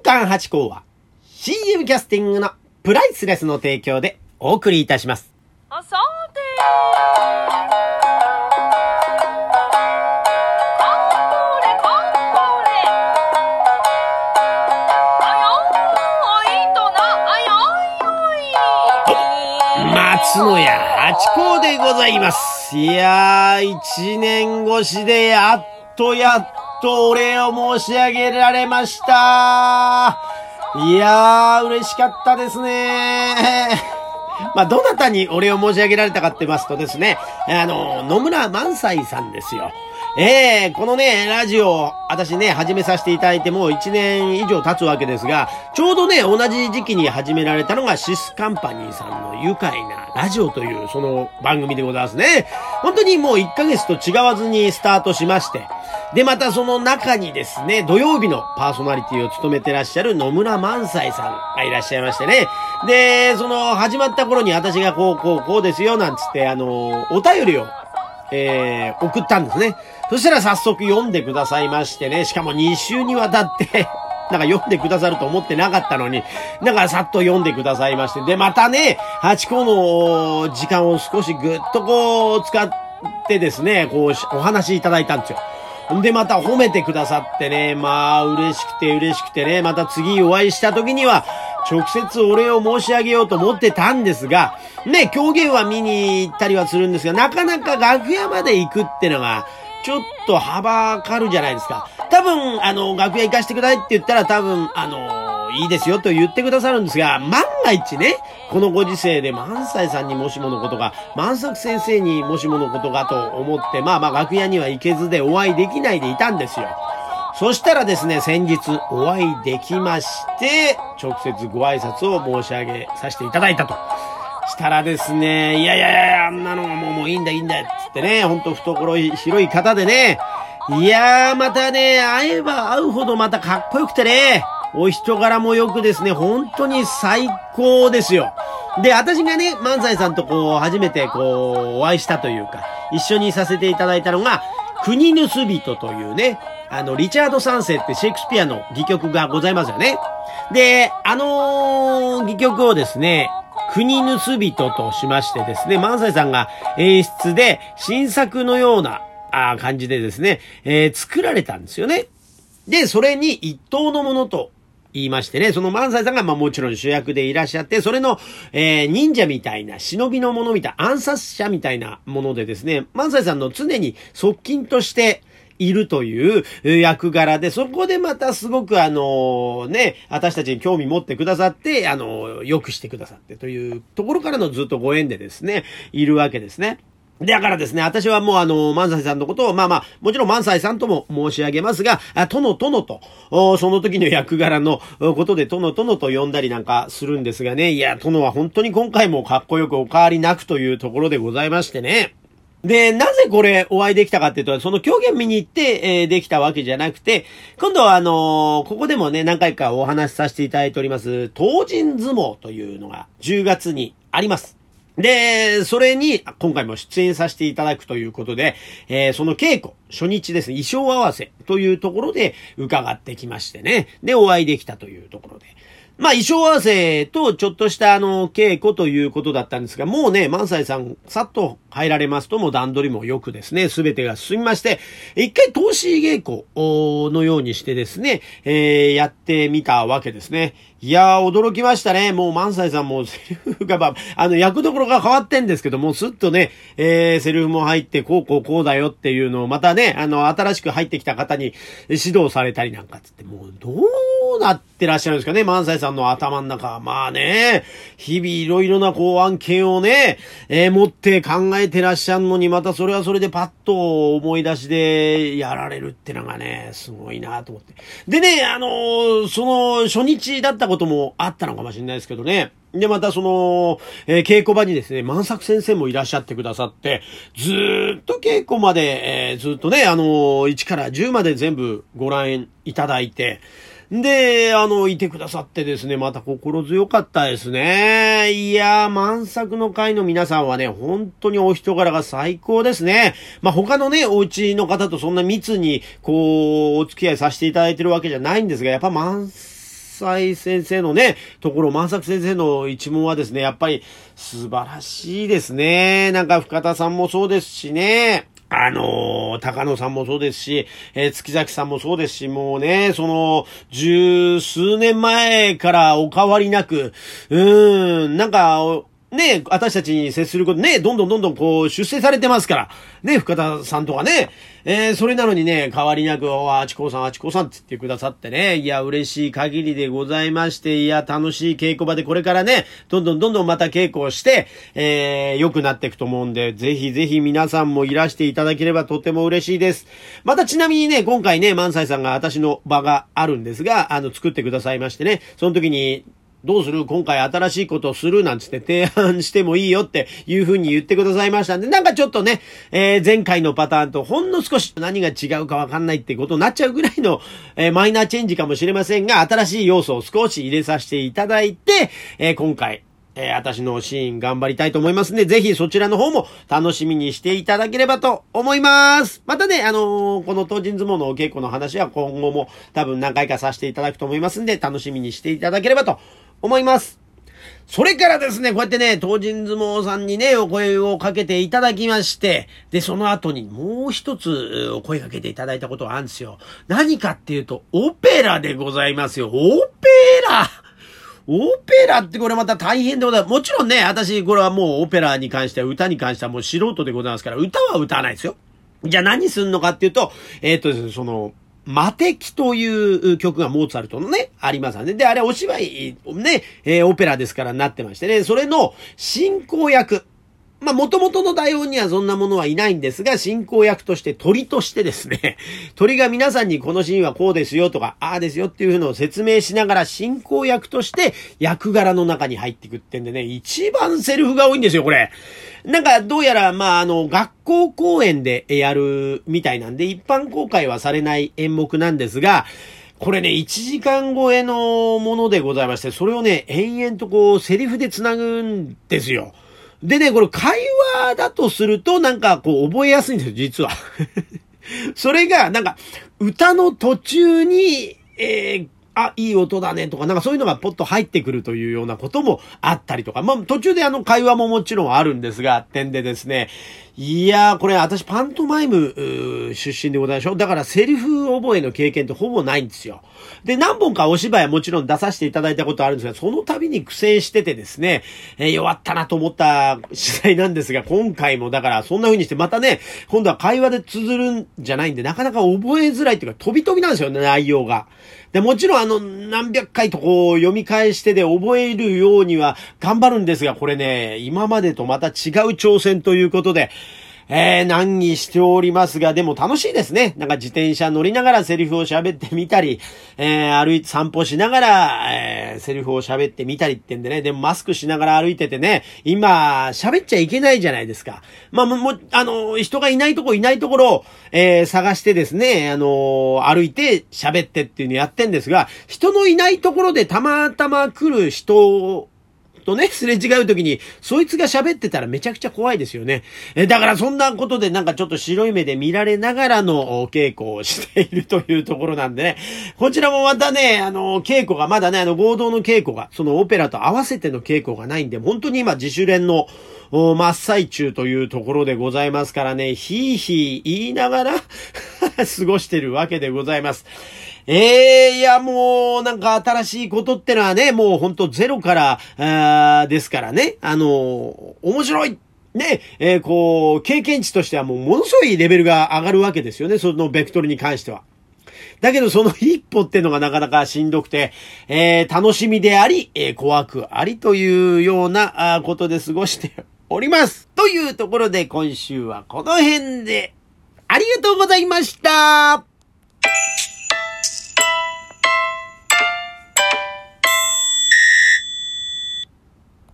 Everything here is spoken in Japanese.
刊八甲は CM キャスティングのプライスレスの提供でお送りいたします。 さて松野屋八甲でございます。いやー、1年越しでやっとお礼を申し上げられました。いやー、嬉しかったですね。どなたにお礼を申し上げられたかって言いますとですね、野村萬斎さんですよ。このね、ラジオ、私ね、始めさせていただいてもう1年以上経つわけですが、ちょうどね、同じ時期に始められたのがシスカンパニーさんの愉快なラジオというその番組でございますね。本当にもう1ヶ月と違わずにスタートしまして、で、またその中にですね、土曜日のパーソナリティを務めてらっしゃる野村萬斎さんがいらっしゃいましてね。で、その始まった頃に私がこうですよ、なんつって、お便りを送ったんですね。そしたら早速読んでくださいましてね、しかも2週にわたってなんか読んでくださると思ってなかったのに、だからさっと読んでくださいまして、でまたね、8個の時間を少しぐっと使ってですね、お話いただいたんですよ。でまた褒めてくださってね、嬉しくてね、また次お会いした時には直接お礼を申し上げようと思ってたんですが、ね、狂言は見に行ったりはするんですが、なかなか楽屋まで行くってのが、ちょっとはばかるじゃないですか。多分、楽屋行かせてくださいって言ったら多分、いいですよと言ってくださるんですが、万が一ね、このご時世で萬斎さんにもしものことが、万作先生にもしものことがと思って、楽屋には行けずでお会いできないでいたんですよ。そしたらですね、先日お会いできまして、直接ご挨拶を申し上げさせていただいたと。したらですね、いや、あんなのはもういいんだ、つってね、ほんと懐広い方でね、いやー、またね、会えば会うほどまたかっこよくてね、お人柄もよくですね、本当に最高ですよ。で、私がね、萬斎さんと初めてお会いしたというか、一緒にさせていただいたのが、国盗人というね、リチャード三世ってシェイクスピアの戯曲がございますよね。で、戯曲をですね、国盗人としましてですね、萬斎さんが演出で新作のような感じでですね、作られたんですよね。で、それに一等のものと言いましてね、その萬斎さんがもちろん主役でいらっしゃって、それの、忍者みたいな、忍びのものみたいな、暗殺者みたいなものでですね、萬斎さんの常に側近としているという役柄で、そこでまたすごく私たちに興味持ってくださって、良くしてくださってというところからのずっとご縁でですね、いるわけですね。だからですね、私はもう萬斎さんのことを、もちろん萬斎さんとも申し上げますが、殿と、その時の役柄のことで殿と呼んだりなんかするんですがね、いや、殿は本当に今回もかっこよくお変わりなくというところでございましてね。で、なぜこれお会いできたかっていうと、その狂言見に行って、できたわけじゃなくて、今度はここでもね、何回かお話しさせていただいております、東尋相撲というのが10月にあります。で、それに今回も出演させていただくということで、その稽古、初日ですね、衣装合わせというところで伺ってきましてね。で、お会いできたというところで。衣装合わせとちょっとした稽古ということだったんですが、もうね、萬斎さんさっと入られますともう段取りもよくですね、すべてが進みまして、一回投資稽古のようにしてですね、やってみたわけですね。いやー、驚きましたね。もう萬斎さんもセリフが役どころが変わってんですけども、すっとね、セリフも入ってこうだよっていうのをまたね、新しく入ってきた方に指導されたりなんかつって、もうどうなってらっしゃるんですかね、萬斎さんの頭の中。日々いろいろな案件をね、持って考えてらっしゃるのに、またそれはそれでパッと思い出しでやられるってのがね、すごいなと思って。でね、その初日だったこともあったのかもしれないですけどね。で、また稽古場にですね、万作先生もいらっしゃってくださって、ずーっと稽古まで、ずっとね、1から10まで全部ご覧いただいて、で、いてくださってですね、また心強かったですね。いやー、万作の会の皆さんはね、本当にお人柄が最高ですね。他のね、お家の方とそんな密に、お付き合いさせていただいてるわけじゃないんですが、やっぱ万斎先生のね、万作先生の一問はですね、やっぱり素晴らしいですね。なんか深田さんもそうですしね。高野さんもそうですし、月崎さんもそうですし、もうね、十数年前からお変わりなく、なんか、ね、私たちに接することね、どんどんこう、出世されてますから。ね、深田さんとかね。それなのにね、変わりなく、あちこさんって言ってくださってね。いや、嬉しい限りでございまして、いや、楽しい稽古場でこれからね、どんどんまた稽古をして、良くなっていくと思うんで、ぜひぜひ皆さんもいらしていただければとても嬉しいです。またちなみにね、今回ね、萬斎さんが私の場があるんですが、作ってくださいましてね、その時に、どうする？今回新しいことをするなんつって提案してもいいよっていう風に言ってくださいましたんで、なんかちょっとね、前回のパターンとほんの少し何が違うかわかんないってことになっちゃうぐらいの、マイナーチェンジかもしれませんが、新しい要素を少し入れさせていただいて、今回、私のシーン頑張りたいと思いますんで、ぜひそちらの方も楽しみにしていただければと思います。またね、この東尋相撲のお稽古の話は今後も多分何回かさせていただくと思いますんで、楽しみにしていただければと思います。それからですね、こうやってね、東尋相撲さんにね、お声をかけていただきまして、で、その後にもう一つお声かけていただいたことがあるんですよ。何かっていうと、オペラでございますよ。オペラってこれまた大変でございます。もちろんね、私、これはもうオペラに関しては、歌に関してはもう素人でございますから、歌は歌わないですよ。じゃあ何すんのかっていうと、ですね、魔笛という曲がモーツァルトのね、ありますよね。で、あれお芝居、ね、オペラですからなってましてね、それの進行役。まあ、元々の台本にはそんなものはいないんですが、進行役として鳥としてですね、鳥が皆さんにこのシーンはこうですよとか、ああですよっていうのを説明しながら進行役として役柄の中に入っていくってんでね、一番セルフが多いんですよ、これ。なんか、どうやら、学校公演でやるみたいなんで、一般公開はされない演目なんですが、これね、1時間超えのものでございまして、それをね、延々とこう、セリフで繋ぐんですよ。でね、これ会話だとするとなんかこう覚えやすいんですよ、実は。それがなんか歌の途中に、いい音だねとか、なんかそういうのがポッと入ってくるというようなこともあったりとか、まあ途中で会話ももちろんあるんですが、点でですね、いやー、これ私パントマイム出身でございましょ。だからセリフ覚えの経験ってほぼないんですよ。で、何本かお芝居はもちろん出させていただいたことあるんですが、その度に苦戦しててですね、弱ったなと思った次第なんですが、今回もだからそんな風にしてまたね、今度は会話で綴るんじゃないんで、なかなか覚えづらいっていうか、飛び飛びなんですよね、内容が。で、もちろん何百回とこう読み返してで覚えるようには頑張るんですが、これね、今までとまた違う挑戦ということで、難儀しておりますが、でも楽しいですね。なんか自転車乗りながらセリフを喋ってみたり、散歩しながら、セリフを喋ってみたりってんでね、でもマスクしながら歩いててね、今、喋っちゃいけないじゃないですか。まあ、人がいないところを、探してですね、歩いて喋ってっていうのやってんですが、人のいないところでたまたま来る人とね、すれ違う時に、そいつが喋ってたらめちゃくちゃ怖いですよね。だからそんなことでなんかちょっと白い目で見られながらの稽古をしているというところなんでね、こちらもまたね、稽古がまだね、合同の稽古が、そのオペラと合わせての稽古がないんで、本当に今自主練の真っ最中というところでございますからね、ひいひい言いながら過ごしてるわけでございます。いや、もう、なんか新しいことってのはね、もうほんとゼロから、ですからね、面白いね、経験値としてはもうものすごいレベルが上がるわけですよね、そのベクトルに関しては。だけどその一歩ってのがなかなかしんどくて、楽しみであり、怖くありというようなことで過ごしております。というところで今週はこの辺で、ありがとうございました。